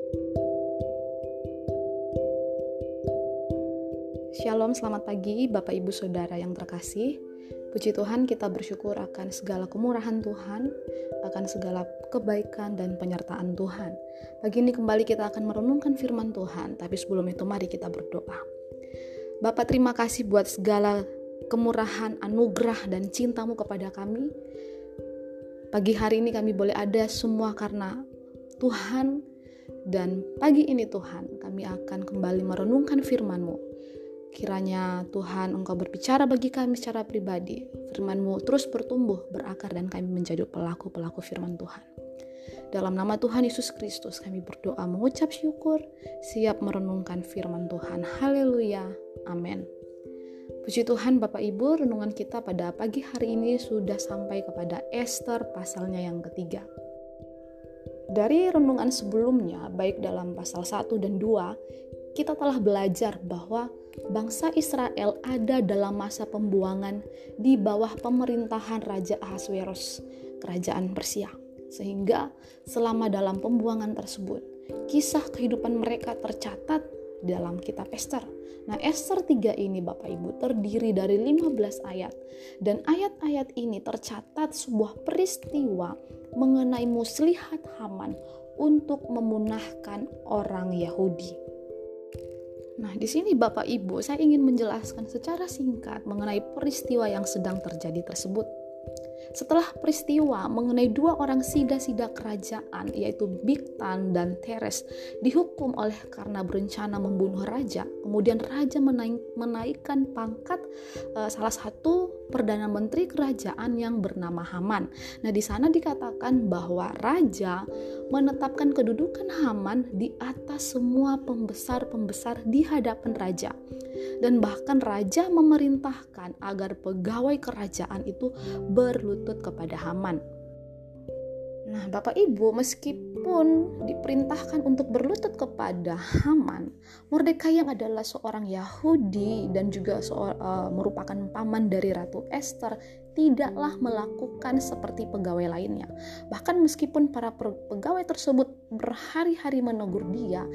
Shalom, selamat pagi Bapak Ibu Saudara yang terkasih. Puji Tuhan, kita bersyukur akan segala kemurahan Tuhan, akan segala kebaikan dan penyertaan Tuhan. Pagi ini kembali kita akan merenungkan firman Tuhan, tapi sebelum itu mari kita berdoa. Bapa, terima kasih buat segala kemurahan, anugerah dan cinta-Mu kepada kami. Pagi hari ini kami boleh ada semua karena Tuhan, dan pagi ini Tuhan kami akan kembali merenungkan firman-Mu. Kiranya Tuhan Engkau berbicara bagi kami secara pribadi, firman-Mu terus bertumbuh, berakar dan kami menjadi pelaku-pelaku firman Tuhan. Dalam nama Tuhan Yesus Kristus kami berdoa mengucap syukur, siap merenungkan firman Tuhan. Haleluya, amin. Puji Tuhan Bapak Ibu, renungan kita pada pagi hari ini sudah sampai kepada Ester pasalnya yang ketiga. Dari renungan sebelumnya, baik dalam pasal 1 dan 2, kita telah belajar bahwa bangsa Israel ada dalam masa pembuangan di bawah pemerintahan Raja Ahasweros, kerajaan Persia. Sehingga selama dalam pembuangan tersebut, kisah kehidupan mereka tercatat dalam kitab Ester. Nah, Ester 3 ini Bapak Ibu terdiri dari 15 ayat. Dan ayat-ayat ini tercatat sebuah peristiwa mengenai muslihat Haman untuk memunahkan orang Yahudi. Nah, di sini Bapak Ibu, saya ingin menjelaskan secara singkat mengenai peristiwa yang sedang terjadi tersebut. Setelah peristiwa mengenai 2 orang sida-sida kerajaan, yaitu Bigtan dan Teres, dihukum oleh karena berencana membunuh raja. Kemudian raja menaikkan pangkat salah satu perdana menteri kerajaan yang bernama Haman. Nah, di sana dikatakan bahwa raja menetapkan kedudukan Haman di atas semua pembesar-pembesar di hadapan raja. Dan bahkan raja memerintahkan agar pegawai kerajaan itu berlutut kepada Haman. Nah, Bapak Ibu, meskipun diperintahkan untuk berlutut kepada Haman, Mordekai yang adalah seorang Yahudi dan juga merupakan paman dari Ratu Ester tidaklah melakukan seperti pegawai lainnya. Bahkan meskipun para pegawai tersebut berhari-hari menegur dia,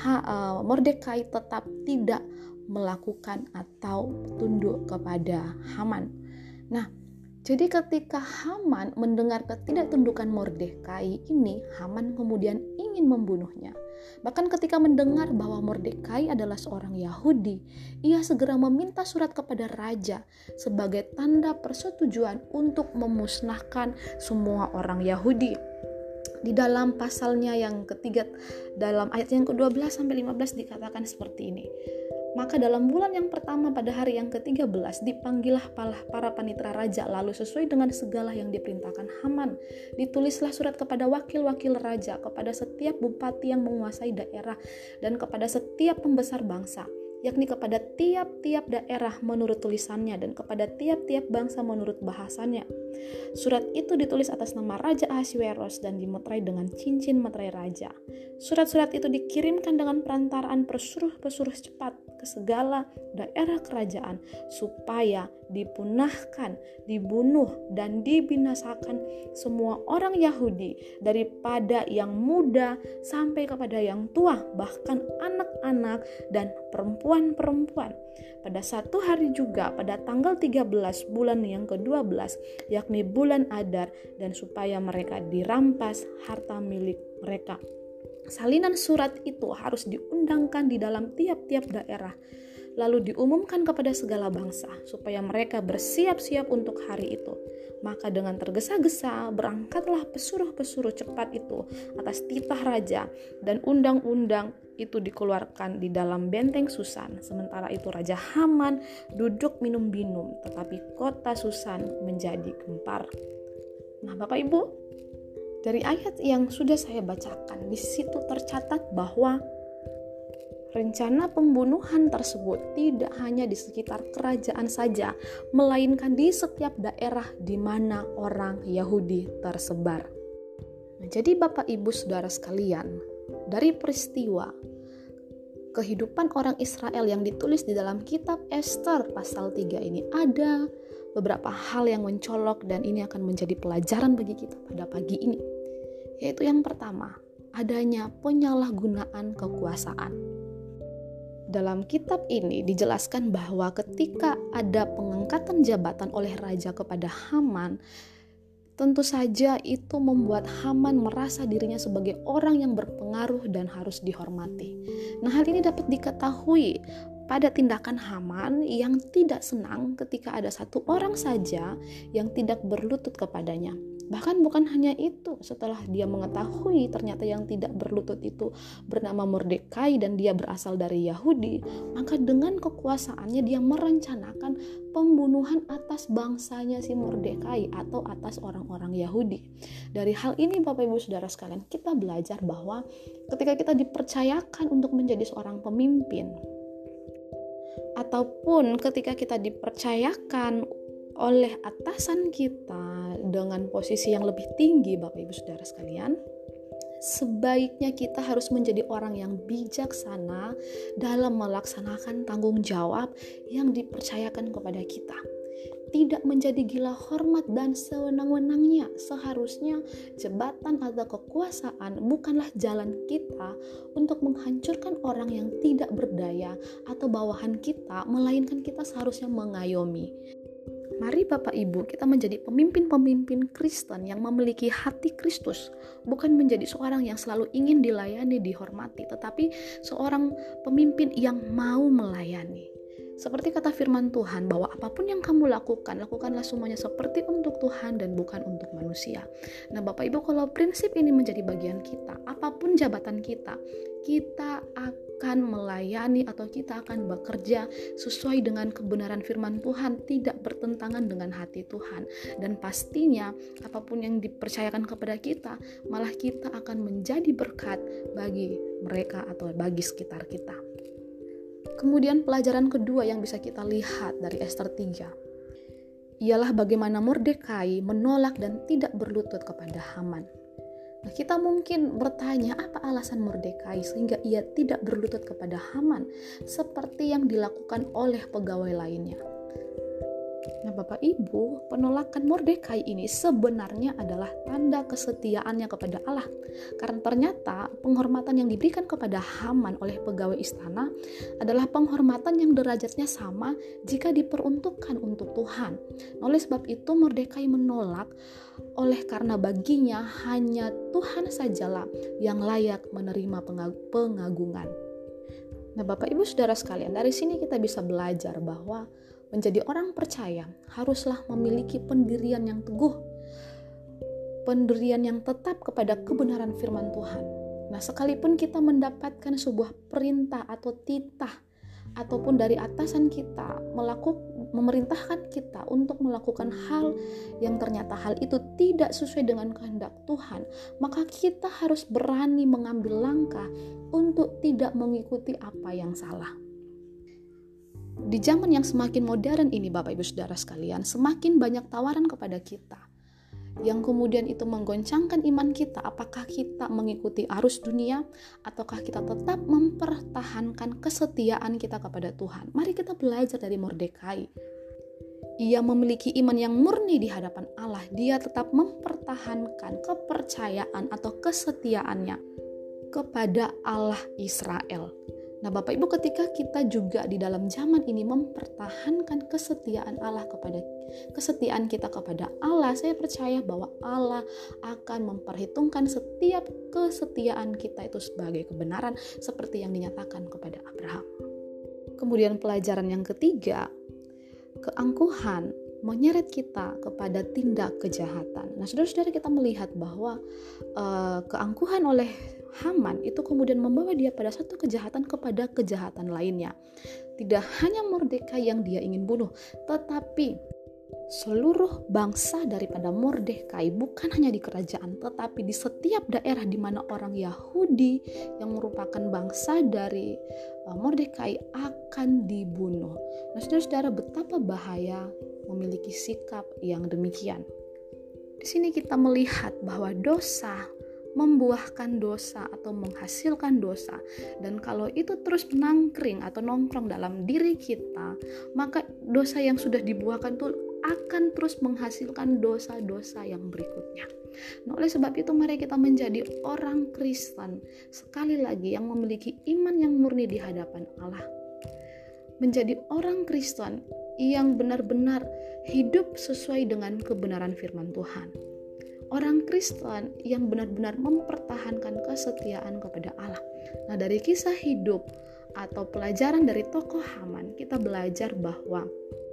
Mordekai tetap tidak melakukan atau tunduk kepada Haman. Nah, jadi ketika Haman mendengar ketidaktundukan Mordekai ini, Haman kemudian ingin membunuhnya. Bahkan ketika mendengar bahwa Mordekai adalah seorang Yahudi, ia segera meminta surat kepada raja sebagai tanda persetujuan untuk memusnahkan semua orang Yahudi. Di dalam pasalnya yang ketiga, dalam ayat yang ke-12 sampai 15 dikatakan seperti ini. Maka dalam bulan yang pertama pada hari yang ke-13 dipanggillah para panitera raja, lalu sesuai dengan segala yang diperintahkan Haman ditulislah surat kepada wakil-wakil raja, kepada setiap bupati yang menguasai daerah, dan kepada setiap pembesar bangsa, yakni kepada tiap-tiap daerah menurut tulisannya dan kepada tiap-tiap bangsa menurut bahasanya. Surat itu ditulis atas nama Raja Ahasweros dan dimeterai dengan cincin meterai raja. Surat-surat itu dikirimkan dengan perantaraan pesuruh-pesuruh cepat ke segala daerah kerajaan supaya dipunahkan, dibunuh dan dibinasakan semua orang Yahudi, daripada yang muda sampai kepada yang tua, bahkan anak-anak dan perempuan-perempuan. Pada satu hari juga pada tanggal 13 bulan yang ke-12, yakni bulan Adar, dan supaya mereka dirampas harta milik mereka. Salinan surat itu harus diundangkan di dalam tiap-tiap daerah, lalu diumumkan kepada segala bangsa supaya mereka bersiap-siap untuk hari itu. Maka dengan tergesa-gesa berangkatlah pesuruh-pesuruh cepat itu atas titah raja, dan undang-undang itu dikeluarkan di dalam benteng Susan. Sementara itu Raja Haman duduk minum-minum, tetapi kota Susan menjadi gempar. Nah, Bapak Ibu, dari ayat yang sudah saya bacakan, di situ tercatat bahwa rencana pembunuhan tersebut tidak hanya di sekitar kerajaan saja, melainkan di setiap daerah di mana orang Yahudi tersebar. Nah, jadi Bapak Ibu Saudara sekalian, dari peristiwa kehidupan orang Israel yang ditulis di dalam kitab Ester pasal 3 ini ada beberapa hal yang mencolok, dan ini akan menjadi pelajaran bagi kita pada pagi ini. Yaitu yang pertama, adanya penyalahgunaan kekuasaan. Dalam kitab ini dijelaskan bahwa ketika ada pengangkatan jabatan oleh raja kepada Haman, tentu saja itu membuat Haman merasa dirinya sebagai orang yang berpengaruh dan harus dihormati. Nah, hal ini dapat diketahui pada tindakan Haman yang tidak senang ketika ada satu orang saja yang tidak berlutut kepadanya. Bahkan bukan hanya itu, setelah dia mengetahui ternyata yang tidak berlutut itu bernama Mordekai dan dia berasal dari Yahudi, maka dengan kekuasaannya dia merencanakan pembunuhan atas bangsanya si Mordekai atau atas orang-orang Yahudi. Dari hal ini Bapak Ibu Saudara sekalian, kita belajar bahwa ketika kita dipercayakan untuk menjadi seorang pemimpin, ataupun ketika kita dipercayakan oleh atasan kita dengan posisi yang lebih tinggi, Bapak Ibu Saudara sekalian, sebaiknya kita harus menjadi orang yang bijaksana dalam melaksanakan tanggung jawab yang dipercayakan kepada kita. Tidak menjadi gila hormat dan sewenang-wenangnya. Seharusnya jabatan atau kekuasaan bukanlah jalan kita untuk menghancurkan orang yang tidak berdaya atau bawahan kita, melainkan kita seharusnya mengayomi. Mari Bapak Ibu, kita menjadi pemimpin-pemimpin Kristen yang memiliki hati Kristus, bukan menjadi seorang yang selalu ingin dilayani, dihormati, tetapi seorang pemimpin yang mau melayani. Seperti kata firman Tuhan bahwa apapun yang kamu lakukan, lakukanlah semuanya seperti untuk Tuhan dan bukan untuk manusia. Nah Bapak Ibu, kalau prinsip ini menjadi bagian kita, apapun jabatan kita akan melayani atau kita akan bekerja sesuai dengan kebenaran firman Tuhan, tidak bertentangan dengan hati Tuhan. Dan pastinya apapun yang dipercayakan kepada kita, malah kita akan menjadi berkat bagi mereka atau bagi sekitar kita. Kemudian pelajaran kedua yang bisa kita lihat dari Ester 3 ialah bagaimana Mordekai menolak dan tidak berlutut kepada Haman. Nah, kita mungkin bertanya apa alasan Mordekai sehingga ia tidak berlutut kepada Haman seperti yang dilakukan oleh pegawai lainnya. Nah Bapak Ibu, penolakan Mordekai ini sebenarnya adalah tanda kesetiaannya kepada Allah. Karena ternyata penghormatan yang diberikan kepada Haman oleh pegawai istana adalah penghormatan yang derajatnya sama jika diperuntukkan untuk Tuhan. Oleh sebab itu Mordekai menolak oleh karena baginya hanya Tuhan sajalah yang layak menerima pengagungan. Nah Bapak Ibu Saudara sekalian, dari sini kita bisa belajar bahwa menjadi orang percaya haruslah memiliki pendirian yang teguh, pendirian yang tetap kepada kebenaran firman Tuhan. Nah, sekalipun kita mendapatkan sebuah perintah atau titah ataupun dari atasan kita memerintahkan kita untuk melakukan hal yang ternyata hal itu tidak sesuai dengan kehendak Tuhan, maka kita harus berani mengambil langkah untuk tidak mengikuti apa yang salah. Di zaman yang semakin modern ini Bapak Ibu Saudara sekalian, semakin banyak tawaran kepada kita yang kemudian itu menggoncangkan iman kita. Apakah kita mengikuti arus dunia ataukah kita tetap mempertahankan kesetiaan kita kepada Tuhan? Mari kita belajar dari Mordekai. Ia memiliki iman yang murni di hadapan Allah. Dia tetap mempertahankan kepercayaan atau kesetiaannya kepada Allah Israel. Nah Bapak Ibu, ketika kita juga di dalam zaman ini mempertahankan kesetiaan kita kepada Allah, saya percaya bahwa Allah akan memperhitungkan setiap kesetiaan kita itu sebagai kebenaran seperti yang dinyatakan kepada Abraham. Kemudian pelajaran yang ketiga, keangkuhan menyeret kita kepada tindak kejahatan. Nah saudara-saudara, kita melihat bahwa keangkuhan oleh Haman itu kemudian membawa dia pada satu kejahatan kepada kejahatan lainnya. Tidak hanya Mordekai yang dia ingin bunuh, tetapi seluruh bangsa daripada Mordekai, bukan hanya di kerajaan, tetapi di setiap daerah di mana orang Yahudi yang merupakan bangsa dari Mordekai akan dibunuh. Nah saudara-saudara, betapa bahaya memiliki sikap yang demikian. Di sini kita melihat bahwa dosa membuahkan dosa atau menghasilkan dosa, dan kalau itu terus nangkring atau nongkrong dalam diri kita, maka dosa yang sudah dibuahkan itu akan terus menghasilkan dosa-dosa yang berikutnya. Nah, oleh sebab itu mari kita menjadi orang Kristen, sekali lagi yang memiliki iman yang murni di hadapan Allah. Menjadi orang Kristen yang benar-benar hidup sesuai dengan kebenaran firman Tuhan. Orang Kristen yang benar-benar mempertahankan kesetiaan kepada Allah. Nah, dari kisah hidup atau pelajaran dari tokoh Haman, kita belajar bahwa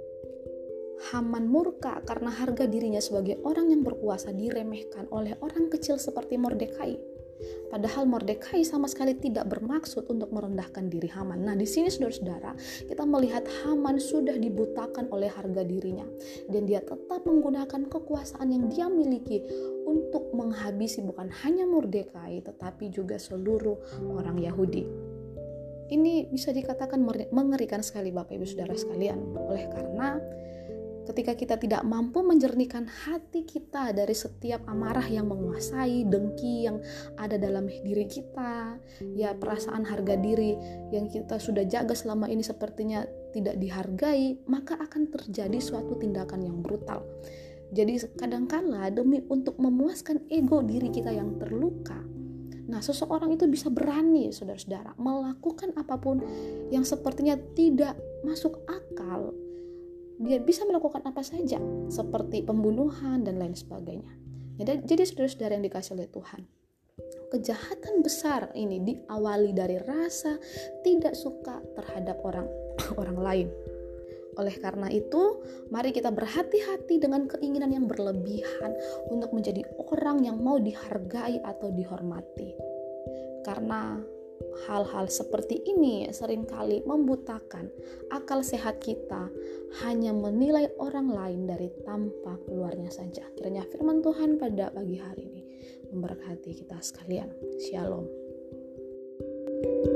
Haman murka karena harga dirinya sebagai orang yang berkuasa diremehkan oleh orang kecil seperti Mordekai. Padahal Mordekai sama sekali tidak bermaksud untuk merendahkan diri Haman. Nah, di sini saudara-saudara, kita melihat Haman sudah dibutakan oleh harga dirinya. Dan dia tetap menggunakan kekuasaan yang dia miliki untuk menghabisi bukan hanya Mordekai, tetapi juga seluruh orang Yahudi. Ini bisa dikatakan mengerikan sekali Bapak Ibu Saudara sekalian. Oleh karena ketika kita tidak mampu menjernihkan hati kita dari setiap amarah yang menguasai, dengki yang ada dalam diri kita, ya perasaan harga diri yang kita sudah jaga selama ini sepertinya tidak dihargai, maka akan terjadi suatu tindakan yang brutal. Jadi kadangkala demi untuk memuaskan ego diri kita yang terluka, nah seseorang itu bisa berani saudara-saudara melakukan apapun yang sepertinya tidak masuk akal. Dia bisa melakukan apa saja, seperti pembunuhan dan lain sebagainya. Jadi saudara-saudara yang dikasihi oleh Tuhan, kejahatan besar ini diawali dari rasa tidak suka terhadap orang lain. Oleh karena itu, mari kita berhati-hati dengan keinginan yang berlebihan untuk menjadi orang yang mau dihargai atau dihormati. Karena hal-hal seperti ini seringkali membutakan akal sehat kita hanya menilai orang lain dari tampak luarnya saja. Kiranya firman Tuhan pada pagi hari ini memberkati kita sekalian. Shalom.